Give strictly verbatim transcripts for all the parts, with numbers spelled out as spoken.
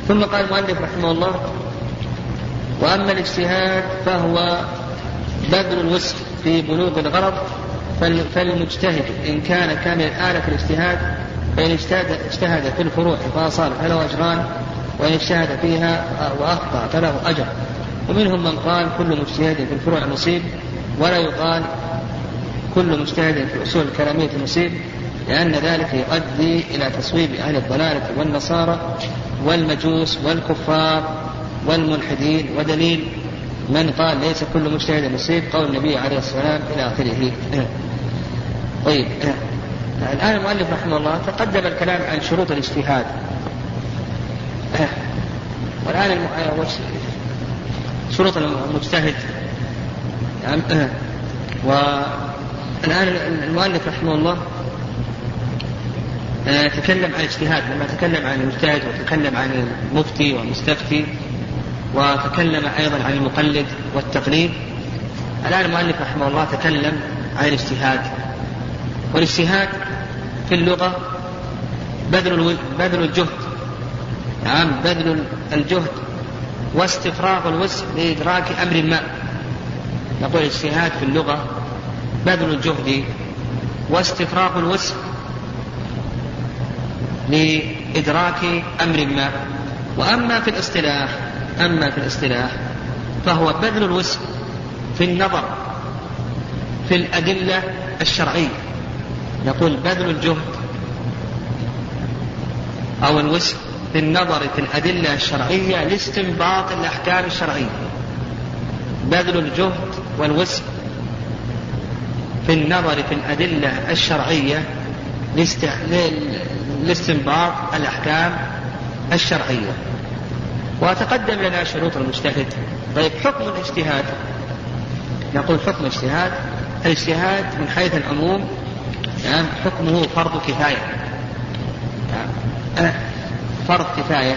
ثم قال المؤلف رحمه الله: وأما الاجتهاد فهو بذل الوسع في بلوغ الغرض، فالمجتهد إن كان كامل الآلة في الاجتهاد فإن اجتهد في الفروع فأصاب فله أجران، وإن اجتهد فيها وأخطأ فله أجر. ومنهم من قال كل مجتهد في الفروع مصيب، ولا يقال كل مجتهد في أصول الكلامية مصيب، لأن ذلك يؤدي إلى تصويب أهل الضلالة والنصارى والمجوس والكفار والملحدين. ودليل من قال ليس كل مجتهد مصيب قول النبي عليه الصلاة والسلام إلى آخره. طيب، الآن المؤلف رحمه الله تقدم الكلام عن شروط الاجتهاد، والآن شروط المجتهد. والآن المؤلف رحمه الله تكلم عن الاجتهاد لما تكلم عن المجتهد، وتكلم عن المفتي والمستفتي، وتكلم أيضا عن المقلد والتقليد. الآن المؤلف رحمه الله تكلم عن الاجتهاد. والاجتهاد في اللغة بذل بذل الجهد، نعم بذل الجهد واستفراغ الوسع لإدراك أمر ما. نقول الاجتهاد في اللغة بذل الجهد واستفراغ الوسع لإدراك أمر ما. وأما في الاصطلاح أما في الاصطلاح فهو بذل الوسع في النظر في الأدلة الشرعية. نقول بذل الجهد أو الوسع في النظر في الأدلة الشرعية لاستنباط الأحكام الشرعية. بذل الجهد والوسع في النظر في الأدلة الشرعية لاستنباط الأحكام الشرعية. وتقدم لنا شروط المجتهد. طيب، حكم الاجتهاد. نقول حكم الاجتهاد: الاجتهاد من حيث العموم يعني حكمه فرض كفاية، يعني فرض كفاية،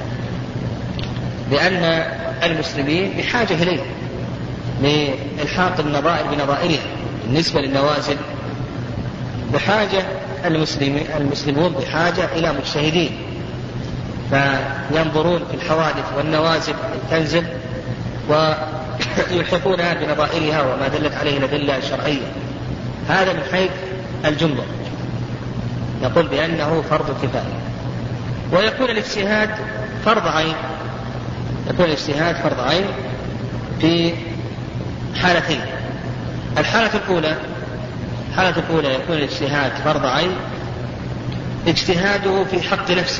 لأن المسلمين بحاجة إليه لإلحاق النظائر بنظائرها. بالنسبة للنوازل بحاجة المسلمين المسلمون بحاجة إلى مجتهدين، فينظرون في الحوادث والنوازل تنزل ويلحقونها بنظائرها وما دلت عليه الأدلة الشرعية. هذا من حيث الجملة نقول بأنه فرض كفاية. ويكون الاجتهاد فرض عين، يكون الاجتهاد فرض عين في حالتين. الحالة الأولى الحالة الأولى يكون الاجتهاد فرض عين اجتهاده في حق نفسه،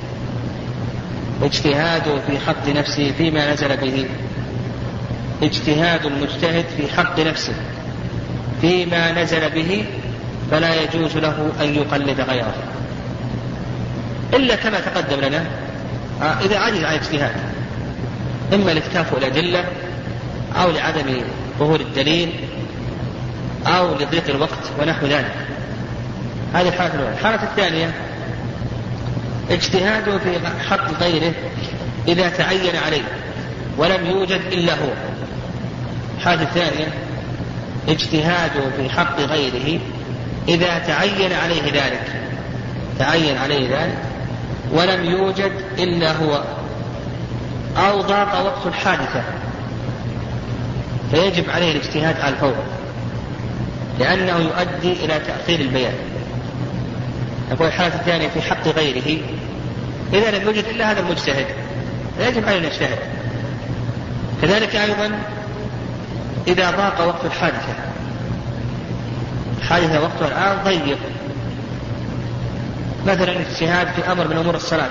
اجتهاده في حق نفسه فيما نزل به. اجتهاد المجتهد في حق نفسه فيما نزل به فلا يجوز له أن يقلد غيره، إلا كما تقدم لنا إذا عجز عن اجتهاد، إما لاكتفاء الأدلة أو لعدم ظهور الدليل أو لضيق الوقت ونحو ذلك. هذه الحالة الأولى. الحالة الثانية اجتهاده في حق غيره إذا تعين عليه ولم يوجد إلا هو. الحالة الثانية اجتهاده في حق غيره إذا تعين عليه ذلك تعين عليه ذلك ولم يوجد إلا هو، أو ضاق وقت الحادثة فيجب عليه الاجتهاد على الفور، لأنه يؤدي إلى تأخير البيان. نقول الحالة الثانية في حق غيره إذا لم يوجد إلا هذا المجتهد يجب عليه الاجتهاد. كذلك أيضا إذا ضاق وقت الحادثة، الحادثة وقتها الآن ضيق، مثلا الاجتهاد في أمر من أمور الصلاة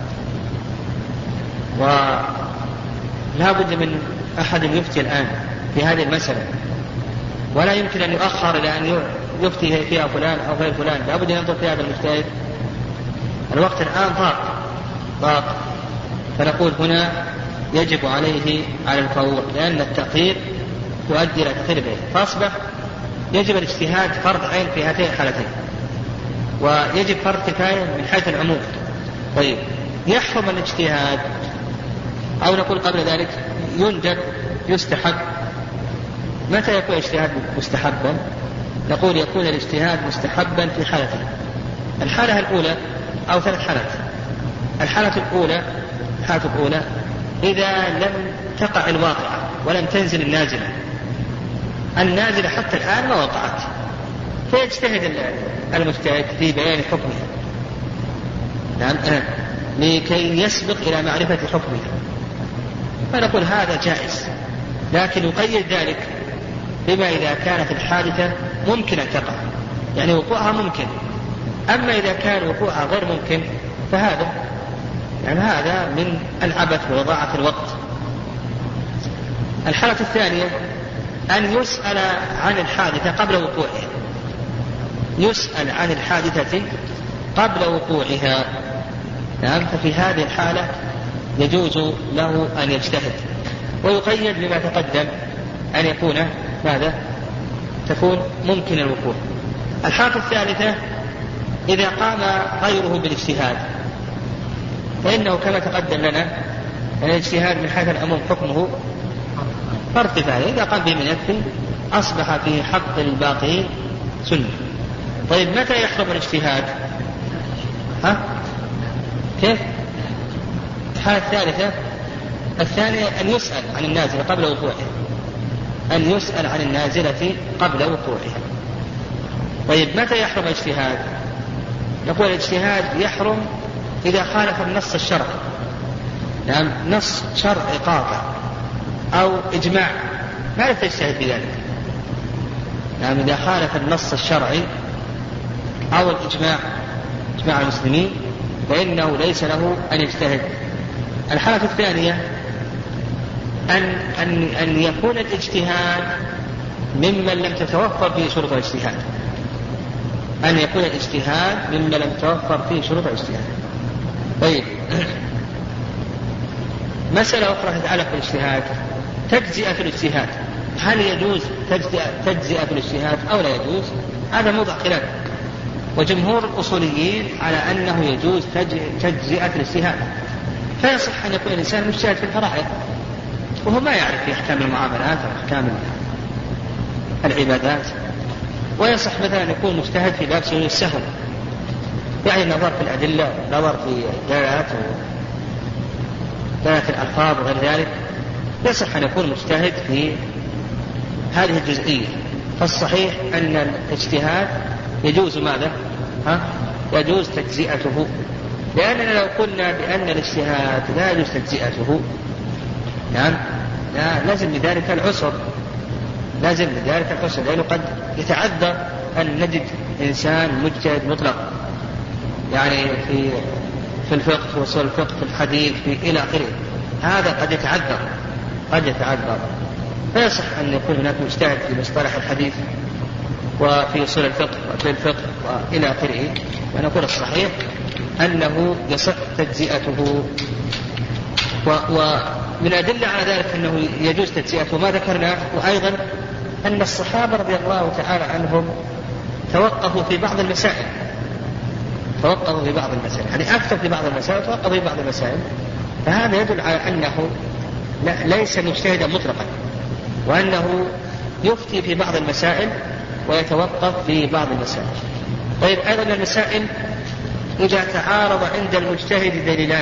ولا بد من أحد يفتي الآن في هذه المسألة، ولا يمكن أن يؤخر إلى أن يفتي فيها فلان أو غير فلان، لا بد أن ينظر في هذا المجتهد. الوقت الآن ضاق ضاق فنقول هنا يجب عليه على الفور، لأن التأخير يؤدي إلى تأخير البيان، فأصبح يجب الاجتهاد فرض عين في هاتين الحالتين، ويجب فرض كفاية من حيث العموم. طيب، يحرم الاجتهاد أو نقول قبل ذلك يندب يستحب. متى يكون الاجتهاد مستحبا؟ نقول يكون الاجتهاد مستحبا في حالتين. الحالة الأولى أو ثلاث حالات. الحالة الأولى الحالة الأولى إذا لم تقع الواقعة ولم تنزل النازلة، النازلة حتى الآن ما وقعت، فيجتهد المجتهد في بيان حكمها، نعم، لكي يسبق إلى معرفة حكمها، فنقول هذا جائز، لكن يقيد ذلك بما إذا كانت الحادثة ممكن أن تقع، يعني وقوعها ممكن. أما إذا كان وقوعها غير ممكن فهذا يعني هذا من العبث وإضاعة الوقت. الحالة الثانية أن يسأل عن الحادثة قبل وقوعها، يسأل عن الحادثة قبل وقوعها، نعم، ففي هذه الحالة يجوز له أن يجتهد، ويقيد بما تقدم أن يكون ماذا؟ تكون ممكن الوقوع. الحالة الثالثة إذا قام غيره بالاجتهاد، فإنه كما تقدم لنا أن الاجتهاد من حيث العموم حكمه فرض كفاية، إذا قام به من يكفي أصبح في حق الباقين سنة. طيب متى يحرم الاجتهاد؟ ها؟ كيف؟ الحالة الثالثة الثانية أن يسأل عن النازلة قبل وقوعها، أن يسأل عن النازلة قبل وقوعها. طيب متى يحرم الاجتهاد؟ نقول الاجتهاد يحرم إذا خالف النص الشرعي، نعم، نص شرعي قاطع أو إجماع ما تجتهد بذلك، نعم، إذا خالف النص الشرعي أو الإجماع إجماع المسلمين فإنه ليس له أن يجتهد. الحالة الثانية أن, أن, أن يكون الاجتهاد ممن لم تتوفر فيه شروط الاجتهاد، أن يكون الاجتهاد ممن لم تتوفر فيه شروط الاجتهاد. طيب مسألة أخرى تتعلق بالاجتهاد، تجزئة في الاجتهاد، هل يجوز تجزئة في الاجتهاد أو لا يجوز؟ هذا موضع خلاف، وجمهور الأصوليين على أنه يجوز تجزئة الاجتهاد، فيصح أن يكون الإنسان مجتهد في الفرائض وهو ما يعرف في أحكام المعاملات أو أحكام العبادات، ويصح مثلا أن يكون مجتهد في باب سجود السهو، يعني نظر في الأدلة، نظر في دلالات دلالات الألفاظ وغير ذلك، يصح أن يكون مجتهد في هذه الجزئية. فالصحيح أن الاجتهاد يجوز ماذا؟ ها؟ يجوز تجزئته، لأننا لو قلنا بأن الاجتهاد لا يجوز تجزئته، نعم، لا لازم لذلك العسر، لازم لذلك العسر، لأنه قد يتعذر أن نجد إنسان مجتهد مطلق، يعني في في الفقه، في وصول الفقه، في الحديث، في إلى آخره، هذا قد يتعذر قد يتعذر فيصح أن يكون هناك مجتهد في مصطلح الحديث وفي وصول الفقه وفي الفقه وإلى آخره، ونقول الصحيح أنه يصح تجزئته. ومن أدلة على ذلك أنه يجوز تجزئته ما ذكرنا، وأيضا أن الصحابة رضي الله تعالى عنهم توقفوا في بعض المسائل، توقفوا في بعض المسائل، يعني أكثر في بعض المسائل توقفوا في بعض المسائل، فهذا يدل على أنه ليس مجتهدا مطلقا، وأنه يفتي في بعض المسائل ويتوقف في بعض المسائل. طيب أيضا المسائل إذا تعارض عند المجتهد دليلان،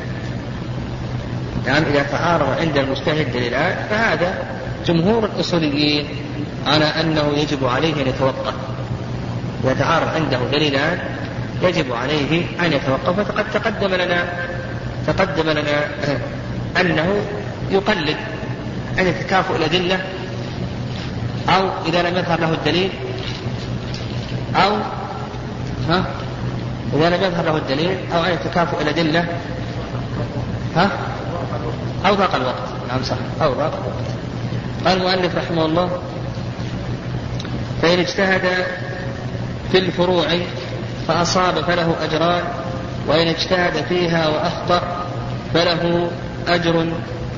يعني إذا تعارض عند المجتهد دليلان فهذا جمهور الأصوليين على أنه يجب عليه أن يتوقف، يتعارض عنده دليلان يجب عليه أن يتوقف. فقد تقدم لنا تقدم لنا أنه يقلد عند تكافؤ الأدلة، أو إذا لم يظهر له الدليل، أو ها إذا لم يظهر له الدليل، أو عند تكافؤ الأدلة، ها أو ضاق الوقت، نعم صح، أو ضاق الوقت. قال المؤلف رحمه الله: فإن اجتهد في الفروع فأصاب فله أجران، وإن اجتهد فيها وأخطأ فله أجر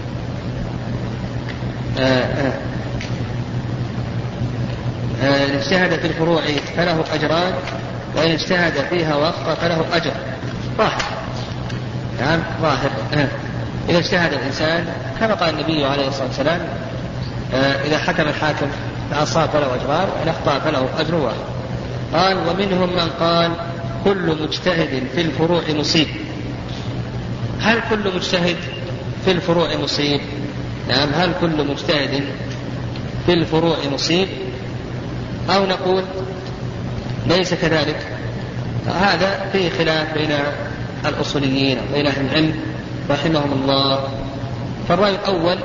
آآ آآ إن اجتهد في الفروع فله أجران، وإن اجتهد فيها وأخطأ فله أجر. ظاهر، نعم ظاهر. إذا اجتهد الإنسان كما قال النبي عليه الصلاة والسلام: إذا حكم الحاكم فأصاب فله أجران، وإن أخطأ فله أجر واحد. قال: ومنهم من قال: كل مجتهد في الفروع مصيب. هل كل مجتهد في الفروع مصيب؟ نعم، هل كل مجتهد في الفروع مصيب؟ أو نقول ليس كذلك؟ هذا فيه خلاف بين الأصوليين وبين أهل العلم رحمهم الله. فالرأي الأول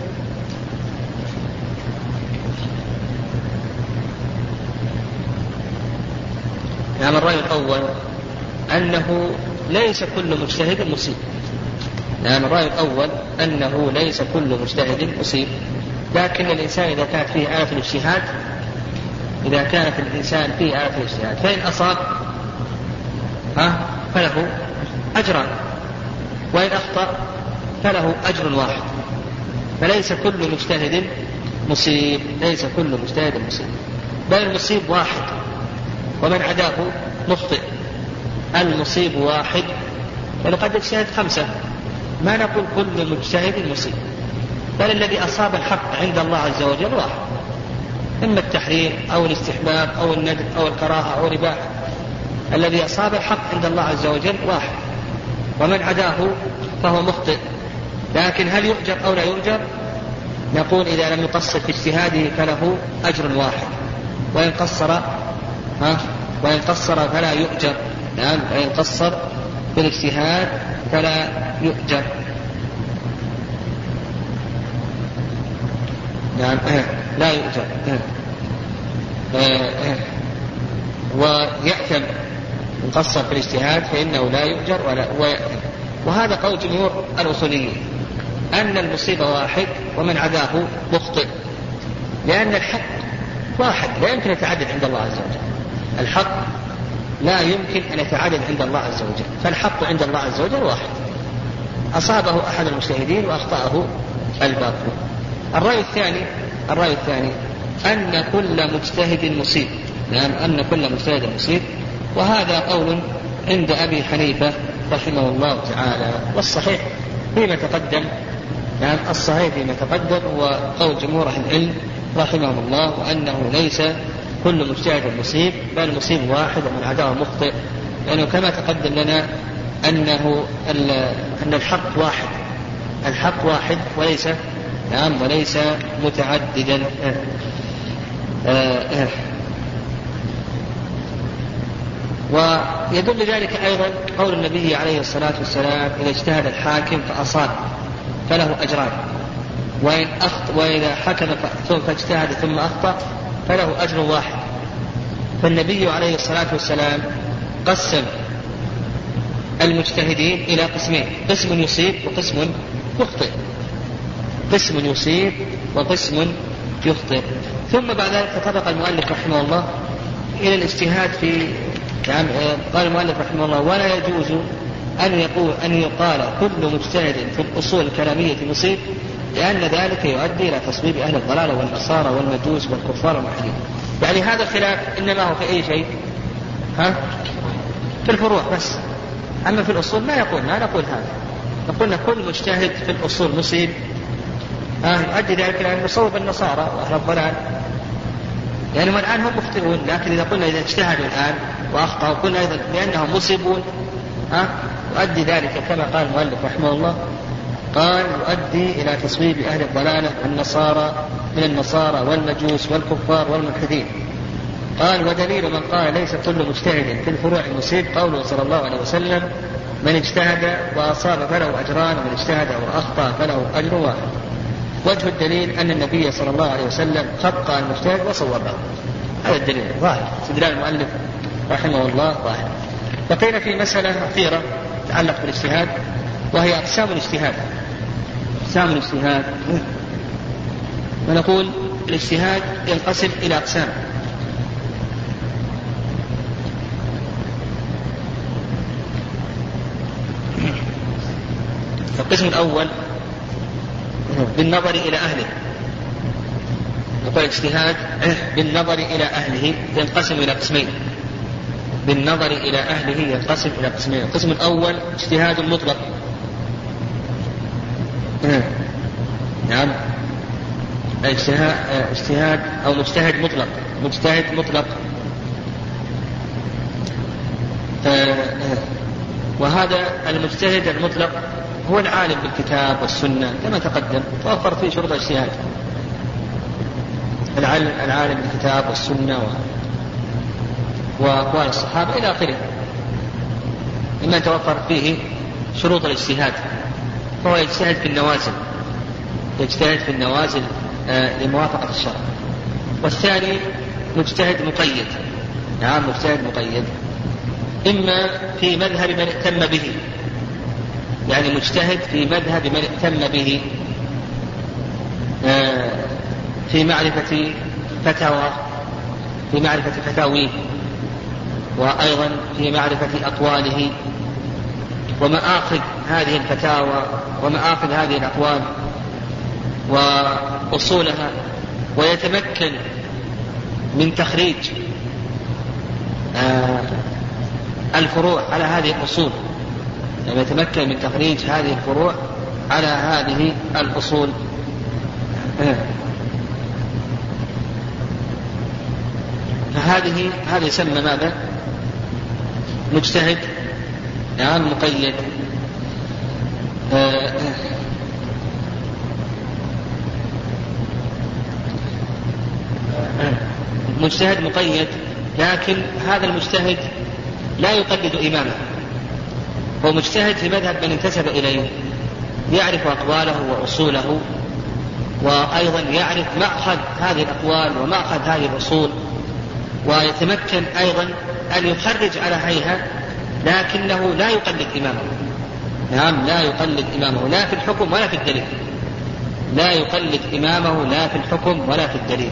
نعم الرأي الأول أنه ليس كل مجتهد مصيب. نعم الرأي الأول أنه ليس كل مجتهد مصيب، لكن الإنسان إذا كانت فيه آلة الاجتهاد إذا كانت الإنسان فيه آلة الاجتهاد فإن أصاب ها فله أجران، وإن أخطأ فله أجر واحد. فليس كل مجتهد مصيب، ليس كل مجتهد مصيب، بل المصيب واحد ومن عداه مخطئ. المصيب واحد، ولقد اجتهد خمسة، ما نقول كل مجتهد مصيب، بل الذي أصاب الحق عند الله عز وجل واحد، إما التحريم أو الاستحباب أو الندب أو الكراهة أو الإباحة. الذي أصاب الحق عند الله عز وجل واحد، ومن عداه فهو مخطئ. لكن هل يؤجر أو لا يؤجر؟ نقول إذا لم يقصر في اجتهاده فله أجر واحد، وإن قصر ها وإن قصر فلا يؤجر. نعم، وإن قصر في الاجتهاد فلا يؤجر. نعم لا يؤجر. ويأثم إن قصر في الاجتهاد فإنه لا يؤجر ولا ويأثم. وهذا قول جمهور الأصوليين أن المصيب واحد ومن عداه مخطئ، لأن الحق واحد لا يمكن يتعدد عند الله عز وجل. الحق لا يمكن أن يتعدد عند الله عز وجل، فالحق عند الله عز وجل واحد، أصابه أحد المجتهدين وأخطأه الباقي. الرأي الثاني الرأي الثاني أن كل مجتهد مصيب. نعم، أن كل مجتهد مصيب، وهذا قول عند أبي حنيفة رحمه الله تعالى. والصحيح فيما تقدم، نعم الصحيح فيما تقدم هو قول جمهور أهل العلم رحمهم الله، وأنه ليس كل مجتهد مصيب، بل المصيب واحد ومن عداه مخطئ، لأنه كما تقدم لنا أنه أن الحق واحد، الحق واحد وليس نعم وليس متعددا. ويدل ذلك أيضا قول النبي عليه الصلاة والسلام: إذا اجتهد الحاكم فأصاب فله أجران، وإن أخطأ وإذا حكم فاجتهد ثم أخطأ فله أجر واحد. فالنبي عليه الصلاة والسلام قسم المجتهدين إلى قسمين: قسم يصيب وقسم يخطئ، قسم يصيب وقسم يخطئ. ثم بعد ذلك تطرق المؤلف رحمه الله إلى الاجتهاد في يعني قال المؤلف رحمه الله: ولا يجوز أن يقول أن يقال كل مجتهد في الأصول الكلامية مصيب، لأن ذلك يؤدي إلى تصويب أهل الضلال والنصارى والمجوس والكفار والملحدين. يعني هذا الخلاف إنما هو في أي شيء؟ ها؟ في الفروع بس. أما في الأصول ما يقول ما نقول هذا، نقول كل مجتهد في الأصول مصيب، ها يؤدي ذلك إلى أن يصوب النصارى وأهل الضلال، لأنهم الآن هم مخطئون. لكن إذا قلنا إذا اجتهدوا الآن وأخطأوا قلنا أيضا لأنهم مصيبون، ها يؤدي ذلك كما قال المؤلف رحمه الله، قال يؤدي إلى تصويب أهل الضلالة والنصارى من النصارى والمجوس والكفار والملحدين. قال: ودليل من قال ليس كل مجتهد في الفروع مصيب قوله صلى الله عليه وسلم: من اجتهد وأصاب فله أجران، ومن اجتهد وأخطأ فله أجر واحد. وجه الدليل أن النبي صلى الله عليه وسلم خطأ المجتهد وصوبه. هذا الدليل ظاهر، استدلال المؤلف رحمه الله ظاهر. بقينا في مسألة أخيرة تتعلق بالاجتهاد، وهي أقسام الاجتهاد. أقسام الاجتهاد، ونقول الاجتهاد ينقسم إلى أقسام. القسم الأول بالنظر إلى أهله، نقول اجتهاد بالنظر إلى أهله ينقسم إلى قسمين. بالنظر إلى أهله ينقسم إلى قسمين. القسم الأول اجتهاد مطلق، نعم اجتهاد أو مجتهد مطلق، مجتهد مطلق. وهذا المجتهد المطلق هو العالم بالكتاب والسنة كما تقدم، توفرت فيه شروط الاجتهاد. العالم بالكتاب والسنة وأقوال الصحابة إلى آخره، إما توفر فيه شروط الاجتهاد فهو يجتهد في النوازل، يجتهد في النوازل آه لموافقة الشرع. والثاني مجتهد مقيد، نعم مجتهد مقيد، إما في مذهب من ائتم به، يعني مجتهد في مذهب من ائتم به آه في معرفة فتاوى في معرفة فتاويه، وأيضا في معرفة أقواله ومآخذ هذه الفتاوى ومآخذ هذه الأقوال وأصولها، ويتمكن من تخريج آه الفروع على هذه الأصول، يعني يتمكن من تخريج هذه الفروع على هذه الأصول. آه. فهذه هذا يسمى ماذا؟ مجتهد نعم مقيد. آه مجتهد مقيد، لكن هذا المجتهد لا يقلد إمامه، هو مجتهد في مذهب من انتسب إليه، يعرف أقواله وأصوله، وأيضا يعرف مأخذ هذه الأقوال ومأخذ هذه الأصول، ويتمكن أيضا أن يخرج على هيها، لكنه لا يقلد إمامه. نعم لا يقلد إمامه لا في الحكم ولا في الدليل، لا يقلد إمامه لا في الحكم ولا في الدليل.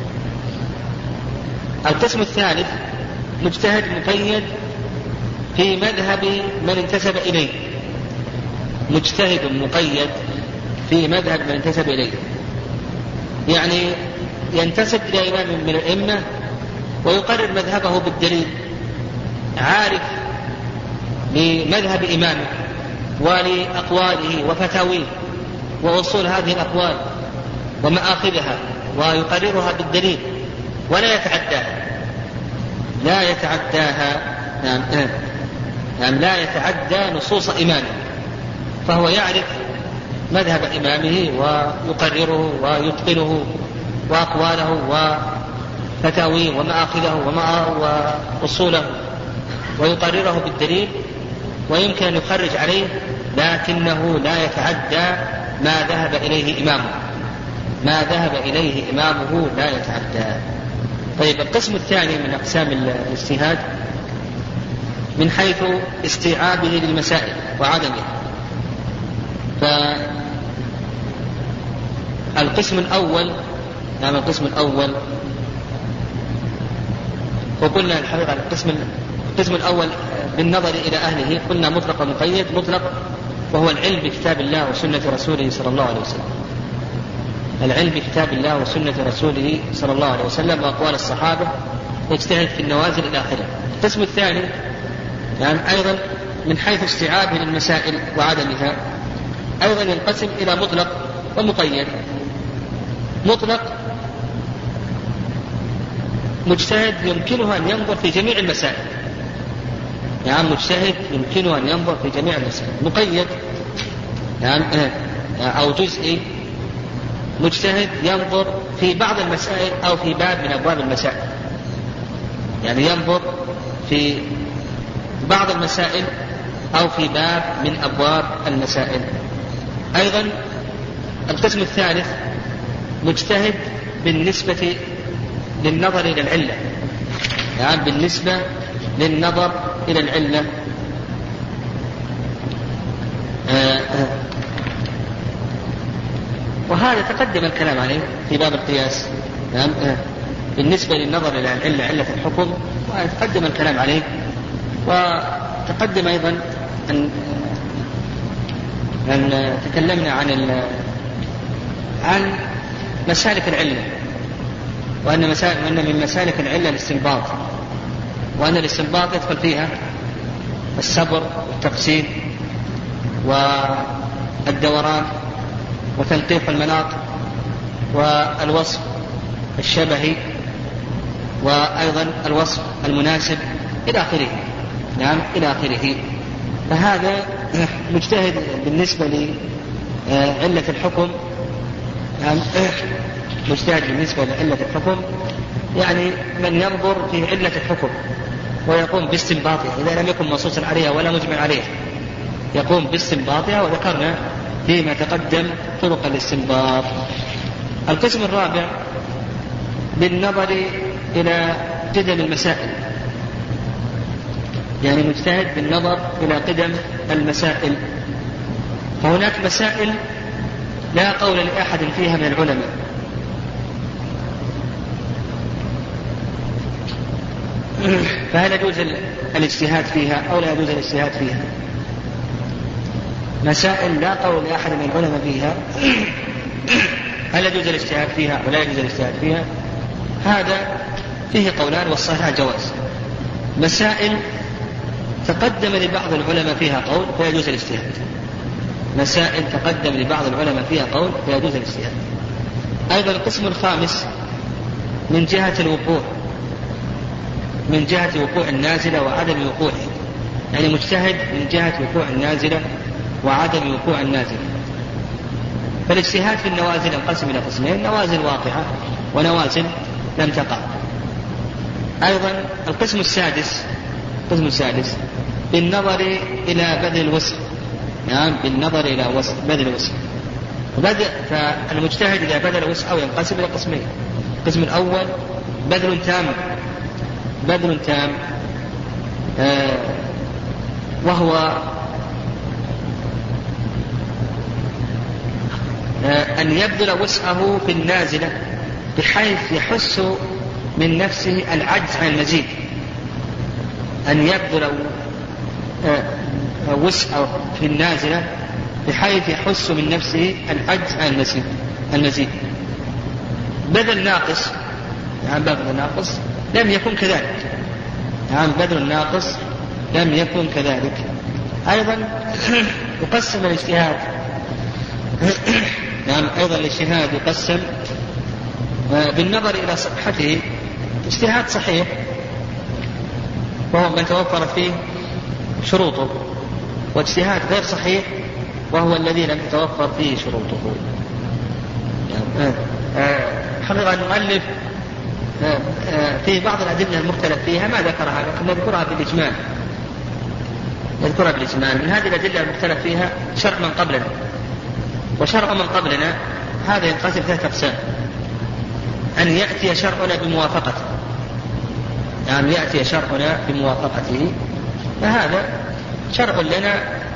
القسم الثالث مجتهد مقيد في مذهب من انتسب إليه، مجتهد مقيد في مذهب من انتسب إليه، يعني ينتسب إلى إمام من الأئمة ويقرر مذهبه بالدليل، عارف لمذهب إمامه ولأقواله وفتاويه وأصول هذه الأقوال ومآخذها، ويقررها بالدليل ولا يتعداها لا يتعداها نعم نعم لا يتعدى نصوص إمامه، فهو يعرف مذهب إمامه ويقرره ويتقنه وأقواله وفتاويه ومآخذه وأصوله ويقرره بالدليل، ويمكن أن يخرج عليه، لكنه لا يتعدى ما ذهب إليه إمامه ما ذهب إليه إمامه لا يتعدى. طيب القسم الثاني من أقسام الاجتهاد من حيث استيعابه للمسائل وعدمها. فالقسم الأول نعم القسم الأول وقلنا الحقيقة القسم القسم الأول بالنظر إلى أهله قلنا مطلق ومقيد. مطلق وهو العلم بكتاب الله وسنة رسوله صلى الله عليه وسلم، العلم بكتاب الله وسنة رسوله صلى الله عليه وسلم وأقوال الصحابة، يجتهد في النوازل إلى آخره. القسم الثاني يعني أيضا من حيث استيعابه للمسائل وعدمها أيضا ينقسم إلى مطلق ومقيد. مطلق مجتهد يمكنه أن ينظر في جميع المسائل، يعني مجتهد يمكنه أن ينظر في جميع المسائل. مقيد يعني أو جزئي مجتهد ينظر في بعض المسائل أو في باب من أبواب المسائل، يعني ينظر في بعض المسائل أو في باب من أبواب المسائل. أيضا القسم الثالث مجتهد بالنسبة للنظر إلى العلة، يعني بالنسبة للنظر إلى العلة. آه آه وهذا تقدم الكلام عليه في باب القياس، يعني آه بالنسبة للنظر إلى العلة علة الحكم، وتقدم الكلام عليه. وتقدم أيضا أن أن تكلمنا عن عن مسالك العلة، وأن مسالك وأن من مسالك العلة الاستنباط، وأن الاستنباط يدخل فيها الصبر والتقسيم والدوران وتنقيح المناط والوصف الشبهي وأيضا الوصف المناسب إلى آخره. نعم إلى آخره. فهذا مجتهد بالنسبة لعلة الحكم، يعني مجتهد بالنسبة لعلة الحكم يعني من ينظر في علة الحكم ويقوم باستنباطها إذا لم يكن منصوصا عليها ولا مجمع عليها، يقوم باستنباطها، وذكرنا فيما تقدم طرق الاستنباط. القسم الرابع بالنظر إلى قدم المسائل، يعني مجتهد بالنظر إلى قدم المسائل، فهناك مسائل لا قول لأحد فيها من العلماء، فهل يجوز الاجتهاد فيها أو لا يجوز الاجتهاد فيها؟ مسائل لا قول لأحد من العلماء فيها، هل يجوز الاجتهاد فيها ولا يجوز الاجتهاد فيها؟ هذا فيه قولان والصحيح جواز. مسائل تقدم لبعض العلماء فيها قول فيجوز الاجتهاد، مسائل تقدم لبعض العلماء فيها قول فيجوز الاجتهاد. أيضا القسم الخامس من جهة الوقوع، من جهة وقوع النازلة وعدم وقوعه، يعني مجتهد من جهة وقوع النازلة وعدم وقوع النازلة. فالاجتهاد في النوازل ينقسم إلى قسمين: نوازل واقعة ونوازل لم تقع. أيضا القسم السادس، القسم السادس بالنظر إلى بذل الوسع، يعني بالنظر إلى بذل الوسع. فالمجتهد إذا بذل وسعه ينقسم إلى قسمين: القسم الأول بذل تام، بذل تام آه وهو آه أن يبذل وسعه في النازلة بحيث يحس من نفسه العجز عن المزيد، أن يبذل آه وسعه في النازلة بحيث يحس من نفسه العجز عن المزيد المزيد بذل ناقص، يعني بذل ناقص لم يكن كذلك، يعني بذل الناقص لم يكن كذلك. أيضا يقسم الاجتهاد، يعني أيضا الاجتهاد يقسم بالنظر إلى صحته: اجتهاد صحيح وهو من توفرت فيه شروطه، واجتهاد غير صحيح وهو الذي لم تتوفر فيه شروطه. يعني حقيقة المؤلف في بعض الأدلة المختلف فيها ما ذكرها، لكن نذكرها بالإجمال، نذكرها بالإجمال. من هذه الأدلة المختلف فيها شرع من قبلنا، وشرع من قبلنا هذا ينقسم ثلاثة أقسام: أن يأتي شرعنا بموافقته، يعني يأتي شرعنا بموافقته، فهذا شرع لنا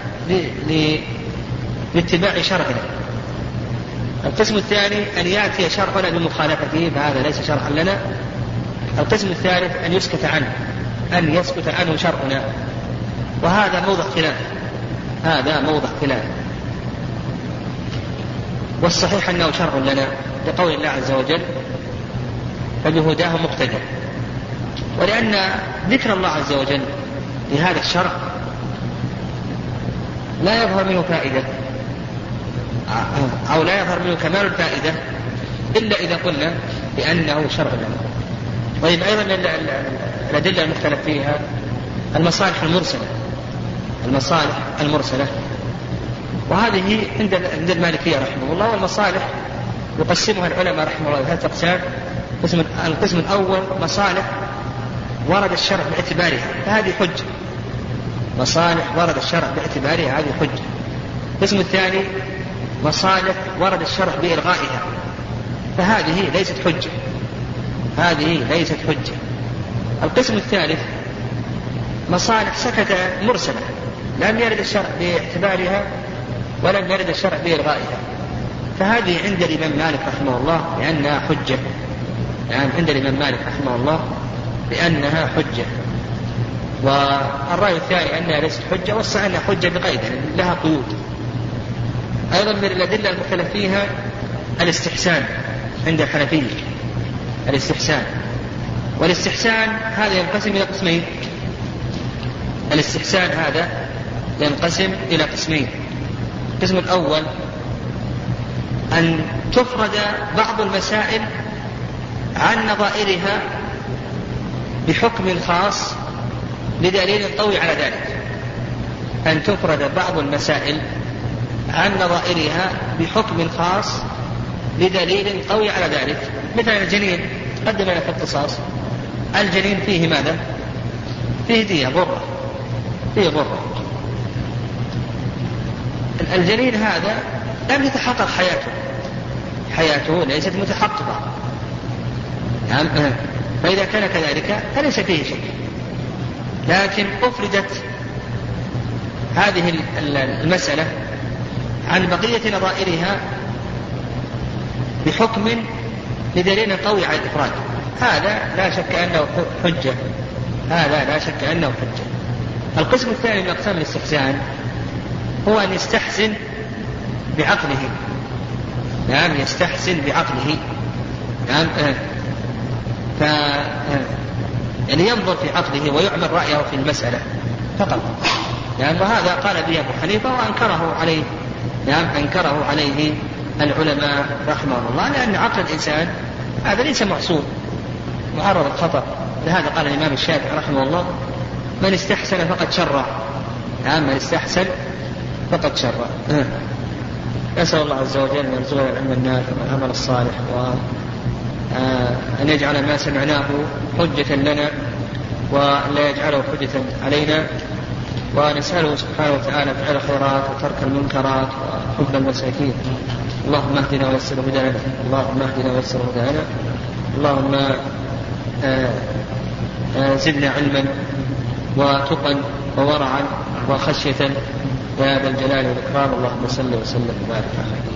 لاتباع شرعنا. القسم الثاني أن يأتي شرعنا بمخالفته، فهذا ليس شرعا لنا. القسم الثالث أن يسكت عنه، أن يسكت عنه شرعنا، وهذا موضع خلاف، هذا موضع خلاف. والصحيح أنه شرع لنا لقول الله عز وجل: فبهداه مقتدى. ولأن ذكر الله عز وجل لهذا الشرع لا يظهر منه فائدة أو لا يظهر منه كمال الفائدة إلا إذا قلنا بأنه شرع لنا. طيب أيضا الأدلة المختلف فيها المصالح المرسلة، المصالح المرسلة، وهذه عند عند المالكية رحمه الله. والمصالح يقسمها العلماء رحمه الله ثلاثة أقسام: القسم الأول مصالح ورد الشرع باعتبارها، فهذه حجة، مصالح ورد الشرع باعتبارها، هذه حجة. القسم الثاني مصالح ورد الشرع بإلغائها، فهذه ليست حجة، هذه ليست حجة. القسم الثالث مصالح سكت مرسلة، لم يرد الشرع باعتبارها ولم يرد الشرع بإلغائها، فهذه عند الإمام مالك رحمه الله لأنها حجة، يعني عند الإمام مالك رحمه الله لأنها حجة. والرأي الثاني أنها ليست حجة، والصحيح أنها حجة بقيد، لها قيود. أيضا من الأدلة المختلف فيها الاستحسان عند الحنفية، الاستحسان. والاستحسان هذا ينقسم إلى قسمين، الاستحسان هذا ينقسم إلى قسمين: القسم الأول أن تفرد بعض المسائل عن نظائرها بحكم خاص لدليل قوي على ذلك، أن تفرد بعض المسائل عن نظائرها بحكم خاص لدليل قوي على ذلك. مثل الجنين قدم لنا في القصاص، الجنين فيه ماذا؟ فيه دية غرة، فيه غرة. الجنين هذا لم يتحقق حياته، حياته ليست متحققة، فإذا كان كذلك فليس فيه شيء. لكن أفردت هذه المسألة عن بقية نظائرها بحكم لدليل قوي على الإفراد، هذا لا شك أنه حجة، هذا لا شك أنه حجة. القسم الثاني من أقسام الاستحسان هو أن يستحسن بعقله، نعم يستحسن بعقله، نعم ف يعني ينظر في عقله ويعمل رأيه في المسألة فقط، يعني وهذا قال به أبو حنيفة وأنكره عليه، نعم أنكره عليه العلماء رحمه الله، لأن عقل الإنسان هذا ليس معصوم معرض الخطأ. لهذا قال الإمام الشافعي رحمه الله: من استحسن فقد شرع، نعم من استحسن فقد شرع. نسأل الله عز وجل أن يرزقنا العلم النافع والعمل الصالح، وأن يجعل ما سمعناه حجة لنا ولا يجعله حجة علينا، ونسأله سبحانه وتعالى فعل الخيرات وترك المنكرات وحب المساكين. اللهم اهدنا ويسر هدانا، اللهم اهدنا ويسر هدانا، اللهم آآ آآ زدنا علما وتقا وورعا وخشية يا ذا الجلال والإكرام. اللهم صل وسلم وبارك عليه.